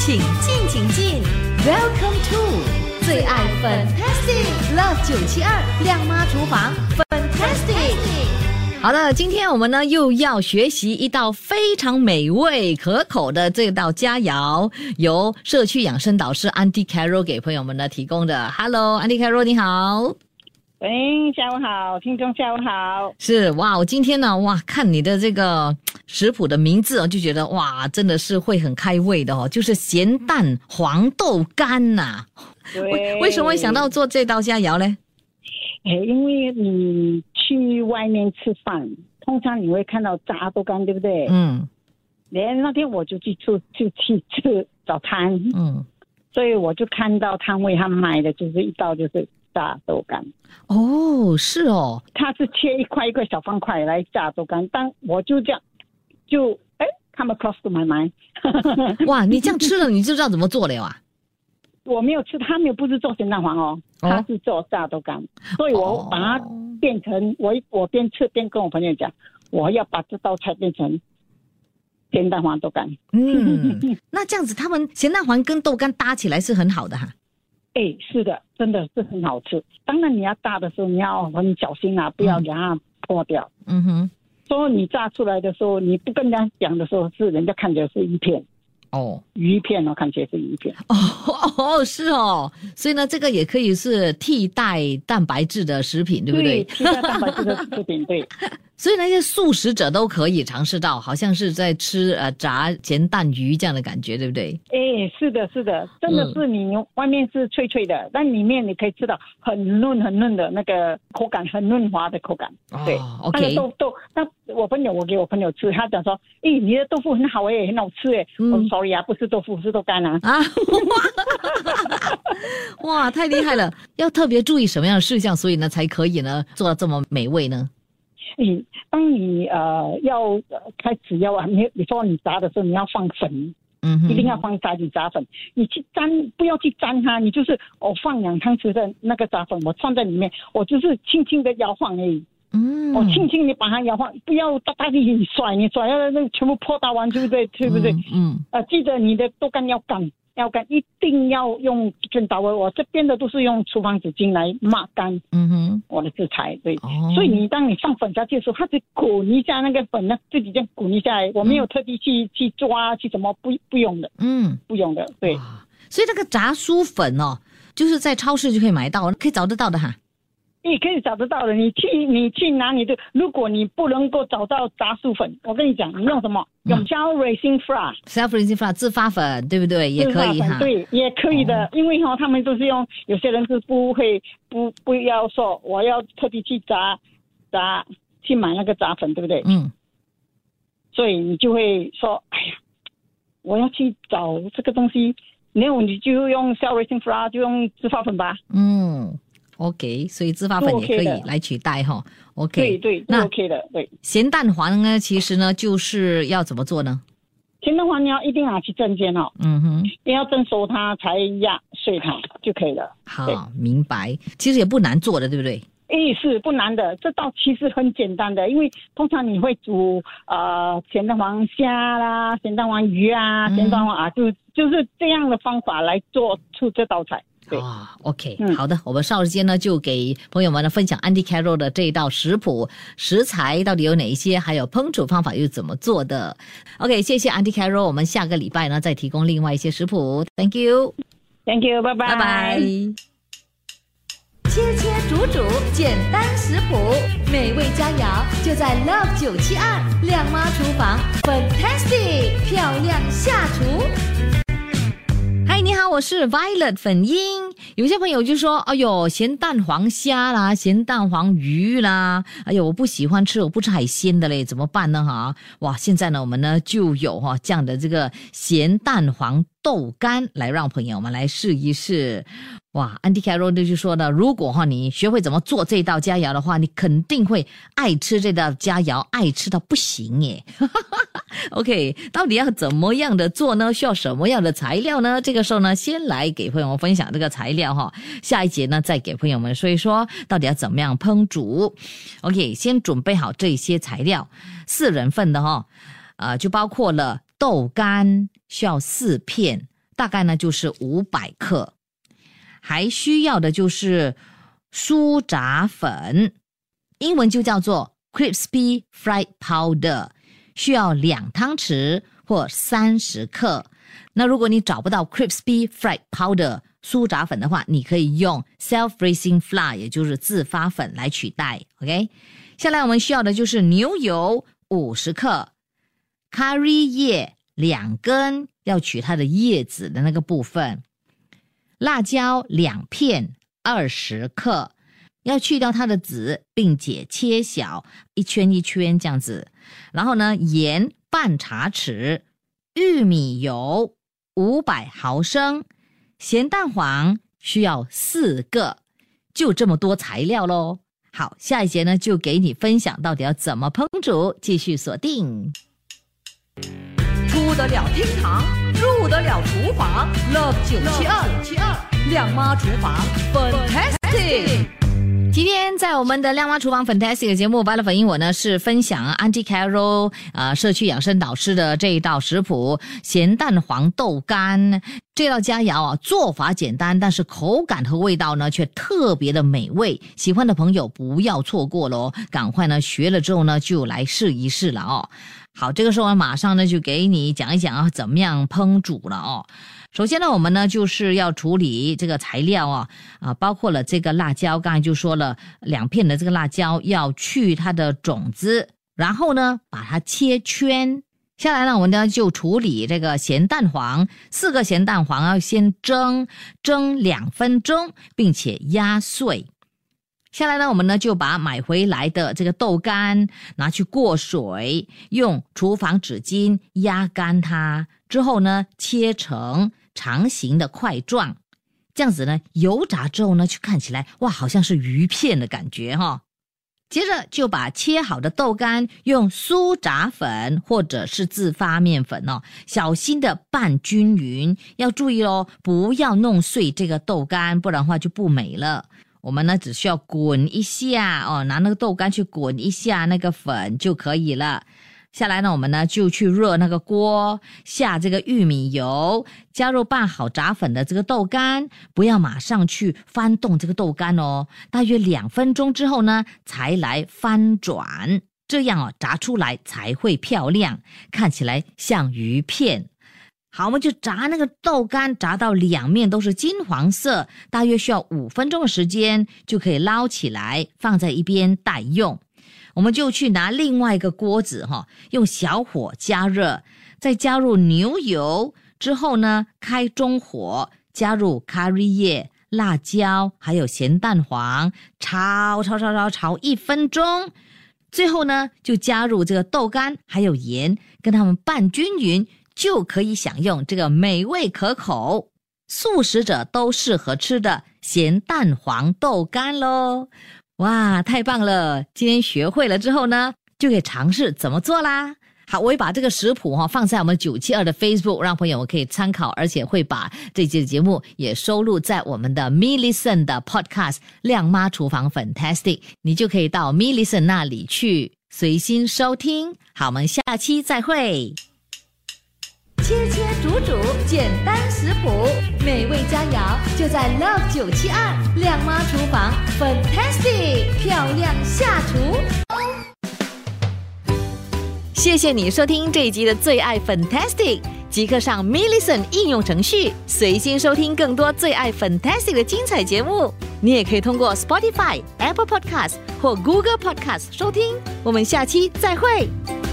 请进，请进。Welcome to 最爱 Fantastic Love 972亮妈厨房 Fantastic。好的，今天我们呢又要学习一道非常美味可口的这道佳肴，由社区养生导师 Auntie Carol 给朋友们呢提供的。Hello Auntie Carol 你好。 下午好，听众下午好。 是哇，我今天呢看你的这个食谱的名字就觉得哇真的是会很开胃的就是咸蛋黄豆干呐。为什么会想到做这道佳肴呢？ 因为你去外面吃饭，通常你会看到炸豆干，对不对？那天我就去吃早餐，所以我就看到摊位他卖的就是一道就是炸豆干。 哦，是哦， 它是切一块一块小方块来炸豆干，但我就这样就come across to my mind 哇，你这样吃了你就知道怎么做了啊？ 我没有吃，他没有，不是做咸蛋黄他是做炸豆干，所以我把它变成我边吃边跟我朋友讲，我要把这道菜变成咸蛋黄豆干。 那这样子他们咸蛋黄跟豆干搭起来是很好的哈。 是的，真的是很好吃。当然你要炸的时候你要很小心啊，不要给它破掉。所以你炸出来的时候，你不跟人家讲的时候，是人家看起来是一片。鱼片看起来是鱼片。 是哦，所以呢，这个也可以是替代蛋白质的食品，对不对？ 对，替代蛋白质的食品，对。 所以那些素食者都可以尝试到，好像是在吃炸咸蛋鱼这样的感觉，对不对？ 是的，是的，真的是你外面是脆脆的，但里面你可以吃到很嫩的那个口感，很润滑的口感。对，OK。那个豆，那我给我朋友吃，他讲说，你的豆腐很好很好吃我说 sorry 啊，不是豆腐，是豆干啊。哇，太厉害了！ 要特别注意什么样的事项，所以呢才可以呢做到这么美味呢？ 当你要开始你说你炸的时候，你要放粉，一定要放炸粉。你去沾，不要去沾它，你就是放2汤匙的那个炸粉，我放在里面，我就是轻轻的摇晃而已。我轻轻地把它摇晃，不要大力你甩要那全部破大完，对不对？对不对？记得你的豆干要干，一定要用卷刀。我这边的都是用厨房纸巾来抹干。我的食材，对。所以当你放粉下去的时候，它就滚一下那个粉呢，自己这样滚一下来。我没有特地去抓去什么，不用的。不用的，对。 所以那个炸酥粉就是在超市就可以买到，可以找得到的哈。 可以找得到的，你去拿你的。如果你不能够找到炸酥粉，我跟你讲，你用什么？用 self-raising flour 自发粉，对不对？也可以哈。 对，也可以的，因为他们都是用，有些人是不要说我要特地去去买那个炸粉，对不对？所以你就会说，我要去找这个东西，没有你就用 self-raising flour， 就用自发粉吧。 OK， 所以自发粉也可以来取代OK， 对，那 OK 的，对。 咸蛋黄呢，其实呢就是要怎么做呢？ 咸蛋黄你一定要去蒸煎你要蒸熟它才压碎它就可以了。 好，明白。其实也不难做的，对不对？ 是不难的，这道其实很简单的，因为通常你会煮咸蛋黄虾啦、咸蛋黄鱼啊、咸蛋黄就是这样的方法来做出这道菜。 OK，好的，我们稍后间呢就给朋友们呢分享 Auntie Carol 的这一道食谱，食材到底有哪一些，还有烹煮方法又怎么做的。OK， 谢谢 Auntie Carol， 我们下个礼拜呢再提供另外一些食谱。Thank you， 拜拜， 拜拜。 切切煮煮，简单食谱，美味佳肴就在 Love 972亮妈厨房 Fantastic 漂亮下厨。 嗨，你好，我是 Violet 粉英。有些朋友就说，哎呦，咸蛋黄虾啦，咸蛋黄鱼啦，哎呦，我不喜欢吃，我不吃海鲜的嘞，怎么办呢哈？哇，现在呢，我们呢就有这样的这个咸蛋黄豆干来让朋友们来试一试。哇 Auntie Carol 就说呢，如果你学会怎么做这道佳肴的话，你肯定会爱吃这道佳肴，爱吃到不行耶。OK， 到底要怎么样的做呢？需要什么样的材料呢？这个时候呢，先来给朋友们分享这个材料下一节呢，再给朋友们说一说到底要怎么样烹煮。OK， 先准备好这些材料，4人份的就包括了豆干需要4片， 大概呢就是500克。还需要的就是酥炸粉，英文就叫做 Crispy Fried Powder， 需要2汤匙或30克。那如果你找不到 Crispy Fried Powder 酥炸粉的话，你可以用 Self-Raising Flour， 也就是自发粉来取代。 OK， 下来我们需要的就是牛油50克， Curry 叶2根，要取它的叶子的那个部分，辣椒2片20克，要去掉它的籽并且切小，一圈一圈这样子。然后呢，盐半茶匙，玉米油500毫升，咸蛋黄需要4个，就这么多材料咯。好，下一节呢就给你分享到底要怎么烹煮，继续锁定。 出得了厅堂，入得了厨房 ，Love 972亮妈厨房 Fantastic。 今天在我们的亮妈厨房 Fantastic 的节目，Violet 粉英我呢是分享 Auntie Carol 社区养生导师的这一道食谱咸蛋黄豆干。这道佳肴啊，做法简单，但是口感和味道呢却特别的美味。喜欢的朋友不要错过咯，赶快呢学了之后呢就来试一试了哦。好，这个时候呢马上呢就给你讲一讲怎么样烹煮了哦。首先呢，我们呢就是要处理这个材料包括了这个辣椒，刚才就说了2片的这个辣椒要去它的种子，然后呢把它切圈。下来呢，我们呢就处理这个咸蛋黄，4个咸蛋黄要先蒸2分钟，并且压碎。下来呢，我们呢就把买回来的这个豆干拿去过水，用厨房纸巾压干它，之后呢切成长形的块状，这样子呢油炸之后呢就看起来哇好像是鱼片的感觉哈。接着就把切好的豆干用酥炸粉或者是自发面粉小心的拌均匀，要注意哦，不要弄碎这个豆干，不然的话就不美了。我们呢只需要滚一下拿那个豆干去滚一下那个粉就可以了。下来呢，我们呢就去热那个锅，下这个玉米油，加入拌好炸粉的这个豆干，不要马上去翻动这个豆干哦，大约2分钟之后呢才来翻转，这样炸出来才会漂亮，看起来像鱼片。好，我们就炸那个豆干，炸到2面都是金黄色，大约需要5分钟的时间就可以捞起来放在一边待用。我们就去拿另外一个锅子用小火加热，再加入牛油，之后呢开中火，加入 curry 叶、辣椒还有咸蛋黄，炒1分钟。最后呢就加入这个豆干还有盐，跟它们拌均匀，就可以享用这个美味可口、素食者都适合吃的咸蛋黄豆干咯。哇，太棒了！今天学会了之后呢，就可以尝试怎么做啦。好，我会把这个食谱放在我们972的 Facebook， 让朋友们可以参考，而且会把这期的节目也收录在我们的 MeListen 的 Podcast 亮妈厨房 Fantastic， 你就可以到 MeListen 那里去随心收听。好，我们下期再会。 切切煮煮，简单食谱，美味佳肴就在 Love 972亮妈厨房 Fantastic 漂亮下厨。 谢谢你收听这一集的最爱 Fantastic， 即刻上 MeListen 应用程序，随心收听更多最爱 Fantastic 的精彩节目。你也可以通过 Spotify、Apple Podcast 或 Google Podcast 收听。我们下期再会。